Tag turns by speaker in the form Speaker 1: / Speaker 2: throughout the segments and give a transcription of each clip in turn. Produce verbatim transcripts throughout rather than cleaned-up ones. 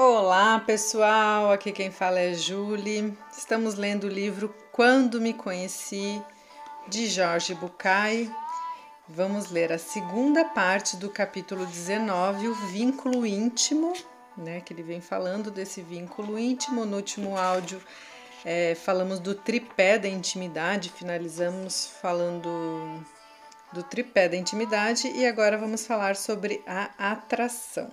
Speaker 1: Olá, pessoal! Aqui quem fala é Julie. Estamos lendo o livro Quando Me Conheci, de Jorge Bucay. Vamos ler a segunda parte do capítulo dezenove, o vínculo íntimo, né? Que ele vem falando desse vínculo íntimo. No último áudio é, falamos do tripé da intimidade, finalizamos falando do tripé da intimidade e agora vamos falar sobre a atração.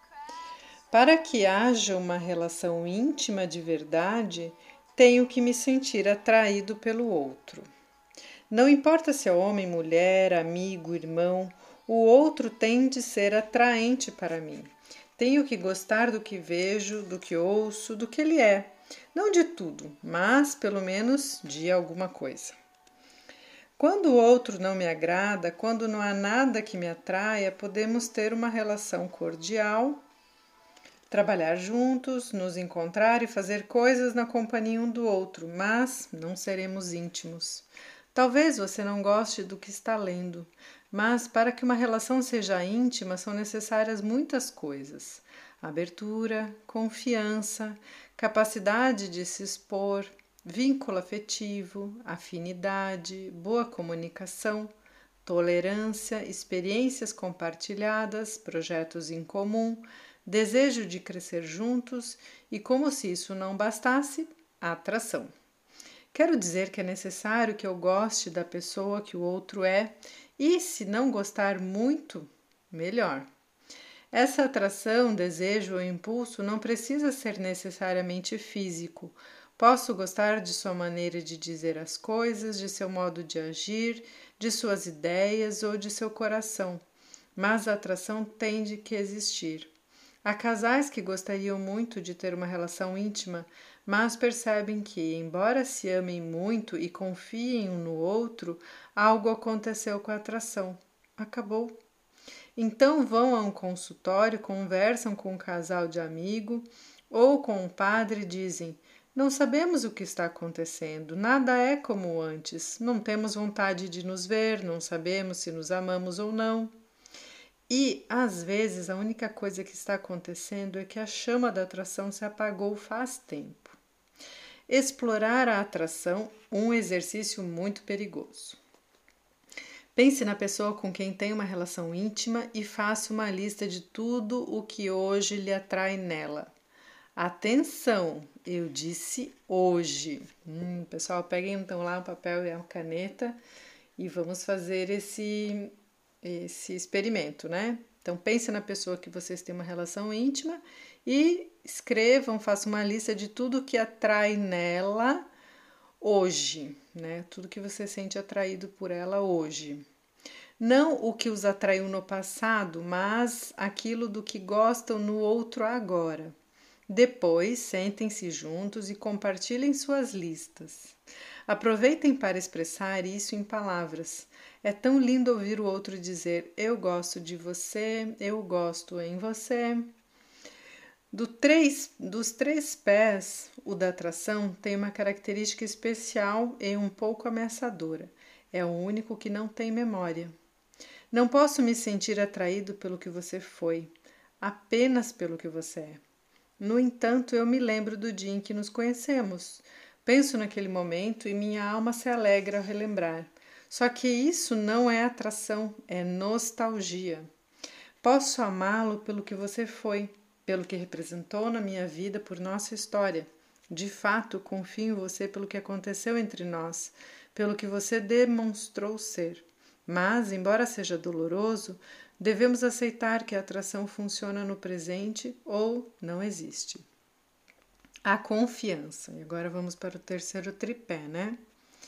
Speaker 1: Para que haja uma relação íntima de verdade, tenho que me sentir atraído pelo outro. Não importa se é homem, mulher, amigo, irmão, o outro tem de ser atraente para mim. Tenho que gostar do que vejo, do que ouço, do que ele é. Não de tudo, mas pelo menos de alguma coisa. Quando o outro não me agrada, quando não há nada que me atraia, podemos ter uma relação cordial, trabalhar juntos, nos encontrar e fazer coisas na companhia um do outro, mas não seremos íntimos. Talvez você não goste do que está lendo, mas para que uma relação seja íntima são necessárias muitas coisas: abertura, confiança, capacidade de se expor, vínculo afetivo, afinidade, boa comunicação, tolerância, experiências compartilhadas, projetos em comum, desejo de crescer juntos e, como se isso não bastasse, atração. Quero dizer que é necessário que eu goste da pessoa que o outro é e, se não gostar muito, melhor. Essa atração, desejo ou impulso não precisa ser necessariamente físico. Posso gostar de sua maneira de dizer as coisas, de seu modo de agir, de suas ideias ou de seu coração, mas a atração tem de que existir. Há casais que gostariam muito de ter uma relação íntima, mas percebem que, embora se amem muito e confiem um no outro, algo aconteceu com a atração. Acabou. Então vão a um consultório, conversam com um casal de amigo ou com um padre e dizem: não sabemos o que está acontecendo, nada é como antes, não temos vontade de nos ver, não sabemos se nos amamos ou não. E, às vezes, a única coisa que está acontecendo é que a chama da atração se apagou faz tempo. Explorar a atração, um exercício muito perigoso. Pense na pessoa com quem tem uma relação íntima e faça uma lista de tudo o que hoje lhe atrai nela. Atenção, eu disse hoje. Hum, pessoal, peguem então lá o papel e a caneta e vamos fazer esse esse experimento, né? Então pense na pessoa que vocês têm uma relação íntima e escrevam, façam uma lista de tudo que atrai nela hoje, né? Tudo que você sente atraído por ela hoje. Não o que os atraiu no passado, mas aquilo do que gostam no outro agora. Depois, sentem-se juntos e compartilhem suas listas. Aproveitem para expressar isso em palavras. É tão lindo ouvir o outro dizer: eu gosto de você, eu gosto em você. Do três, dos três pés, o da atração tem uma característica especial e um pouco ameaçadora. É o único que não tem memória. Não posso me sentir atraído pelo que você foi, apenas pelo que você é. No entanto, eu me lembro do dia em que nos conhecemos. Penso naquele momento e minha alma se alegra ao relembrar. Só que isso não é atração, é nostalgia. Posso amá-lo pelo que você foi, pelo que representou na minha vida por nossa história. De fato, confio em você pelo que aconteceu entre nós, pelo que você demonstrou ser. Mas, embora seja doloroso, devemos aceitar que a atração funciona no presente ou não existe. A confiança. E agora vamos para o terceiro tripé, né?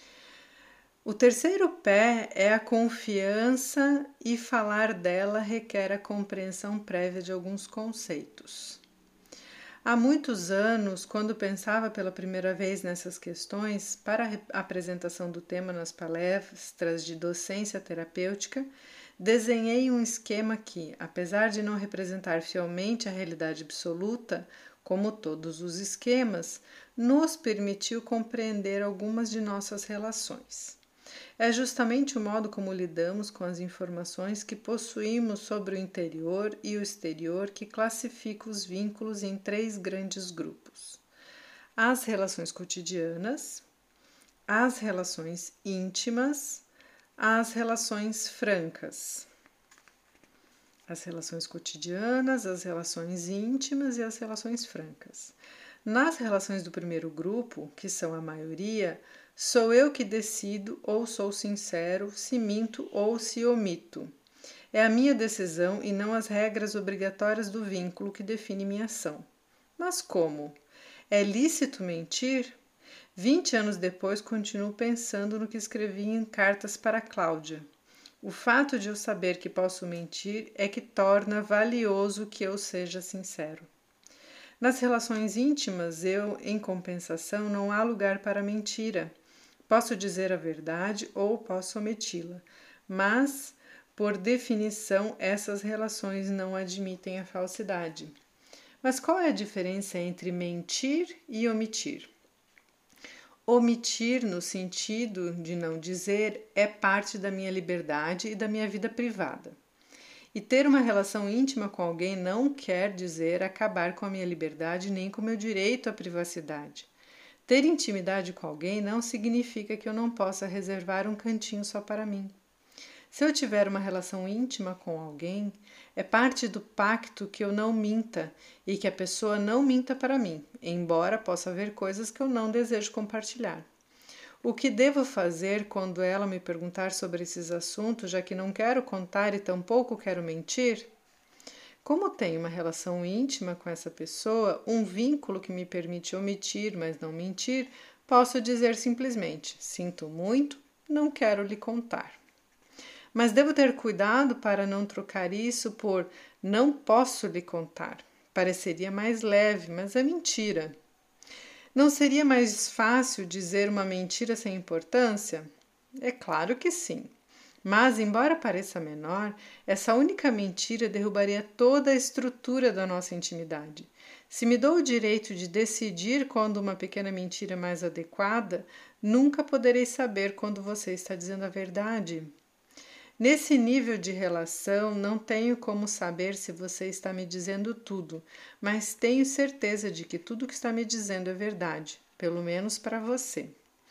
Speaker 1: O terceiro pé é a confiança e falar dela requer a compreensão prévia de alguns conceitos. Há muitos anos, quando pensava pela primeira vez nessas questões, para a apresentação do tema nas palestras de docência terapêutica, desenhei um esquema que, apesar de não representar fielmente a realidade absoluta, como todos os esquemas, nos permitiu compreender algumas de nossas relações. É justamente o modo como lidamos com as informações que possuímos sobre o interior e o exterior que classifica os vínculos em três grandes grupos: as relações cotidianas, as relações íntimas, as relações francas. As relações cotidianas, as relações íntimas e as relações francas. Nas relações do primeiro grupo, que são a maioria, sou eu que decido ou sou sincero, se minto ou se omito. É a minha decisão e não as regras obrigatórias do vínculo que define minha ação. Mas como? É lícito mentir? Vinte anos depois, continuo pensando no que escrevi em cartas para Cláudia. O fato de eu saber que posso mentir é que torna valioso que eu seja sincero. Nas relações íntimas, eu, em compensação, não há lugar para mentira. Posso dizer a verdade ou posso omiti-la, mas, por definição, essas relações não admitem a falsidade. Mas qual é a diferença entre mentir e omitir? Omitir, no sentido de não dizer, é parte da minha liberdade e da minha vida privada. E ter uma relação íntima com alguém não quer dizer acabar com a minha liberdade nem com o meu direito à privacidade. Ter intimidade com alguém não significa que eu não possa reservar um cantinho só para mim. Se eu tiver uma relação íntima com alguém, é parte do pacto que eu não minta e que a pessoa não minta para mim, embora possa haver coisas que eu não desejo compartilhar. O que devo fazer quando ela me perguntar sobre esses assuntos, já que não quero contar e tampouco quero mentir? Como tenho uma relação íntima com essa pessoa, um vínculo que me permite omitir, mas não mentir, posso dizer simplesmente: sinto muito, não quero lhe contar. Mas devo ter cuidado para não trocar isso por não posso lhe contar. Pareceria mais leve, mas é mentira. Não seria mais fácil dizer uma mentira sem importância? É claro que sim. Mas, embora pareça menor, essa única mentira derrubaria toda a estrutura da nossa intimidade. Se me dou o direito de decidir quando uma pequena mentira é mais adequada, nunca poderei saber quando você está dizendo a verdade. Nesse nível de relação, não tenho como saber se você está me dizendo tudo, mas tenho certeza de que tudo que está me dizendo é verdade, pelo menos para você.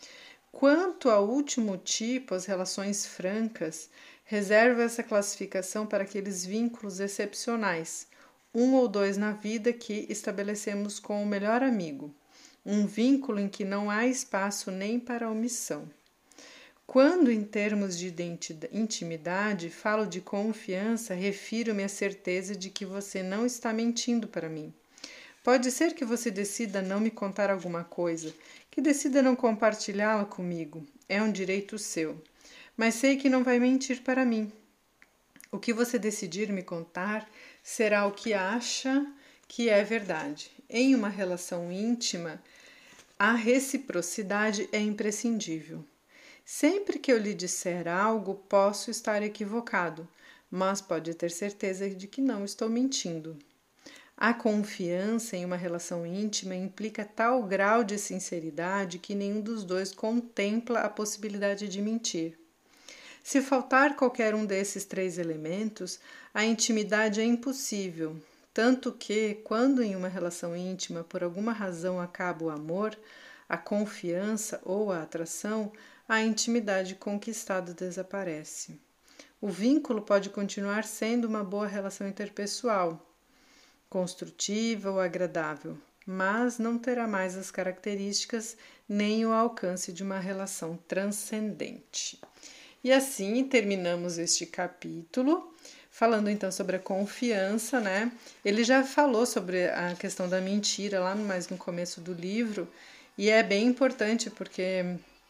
Speaker 1: Quanto ao último tipo, as relações francas, reservo essa classificação para aqueles vínculos excepcionais, um ou dois na vida que estabelecemos com o melhor amigo, um vínculo em que não há espaço nem para omissão. Quando, em termos de intimidade, falo de confiança, refiro-me à certeza de que você não está mentindo para mim. Pode ser que você decida não me contar alguma coisa, que decida não compartilhá-la comigo. É um direito seu. Mas sei que não vai mentir para mim. O que você decidir me contar será o que acha que é verdade. Em uma relação íntima, a reciprocidade é imprescindível. Sempre que eu lhe disser algo, posso estar equivocado, mas pode ter certeza de que não estou mentindo. A confiança em uma relação íntima implica tal grau de sinceridade que nenhum dos dois contempla a possibilidade de mentir. Se faltar qualquer um desses três elementos, a intimidade é impossível, tanto que, quando em uma relação íntima por alguma razão acaba o amor, a confiança ou a atração, a intimidade conquistada desaparece. O vínculo pode continuar sendo uma boa relação interpessoal, construtiva ou agradável, mas não terá mais as características nem o alcance de uma relação transcendente. E assim terminamos este capítulo, falando então sobre a confiança, né? Ele já falou sobre a questão da mentira lá mais no começo do livro, e é bem importante porque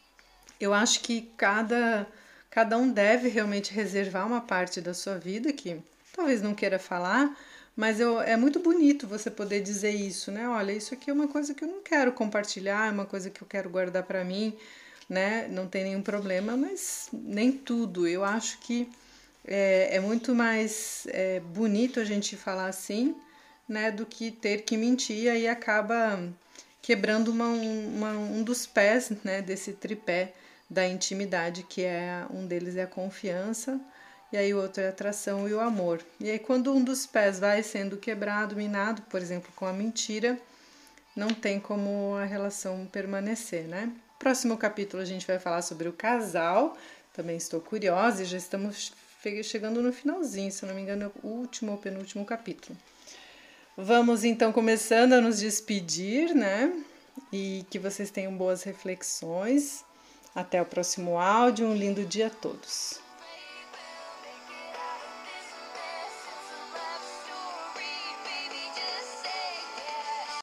Speaker 1: eu acho que cada, cada um deve realmente reservar uma parte da sua vida que talvez não queira falar, mas eu, é muito bonito você poder dizer isso, né? Olha, isso aqui é uma coisa que eu não quero compartilhar, é uma coisa que eu quero guardar para mim, né? Não tem nenhum problema, mas nem tudo. Eu acho que é, é muito mais é, bonito a gente falar assim, né? Do que ter que mentir e aí acaba quebrando uma, uma, um dos pés, né? Desse tripé da intimidade, que é um deles é a confiança, e aí o outro é a atração e o amor. E aí quando um dos pés vai sendo quebrado, minado, por exemplo, com a mentira, não tem como a relação permanecer, né? Próximo capítulo a gente vai falar sobre o casal, também estou curiosa e já estamos chegando no finalzinho, se eu não me engano, é o último ou penúltimo capítulo. Vamos então começando a nos despedir, né? E que vocês tenham boas reflexões. Até o próximo áudio, um lindo dia a todos.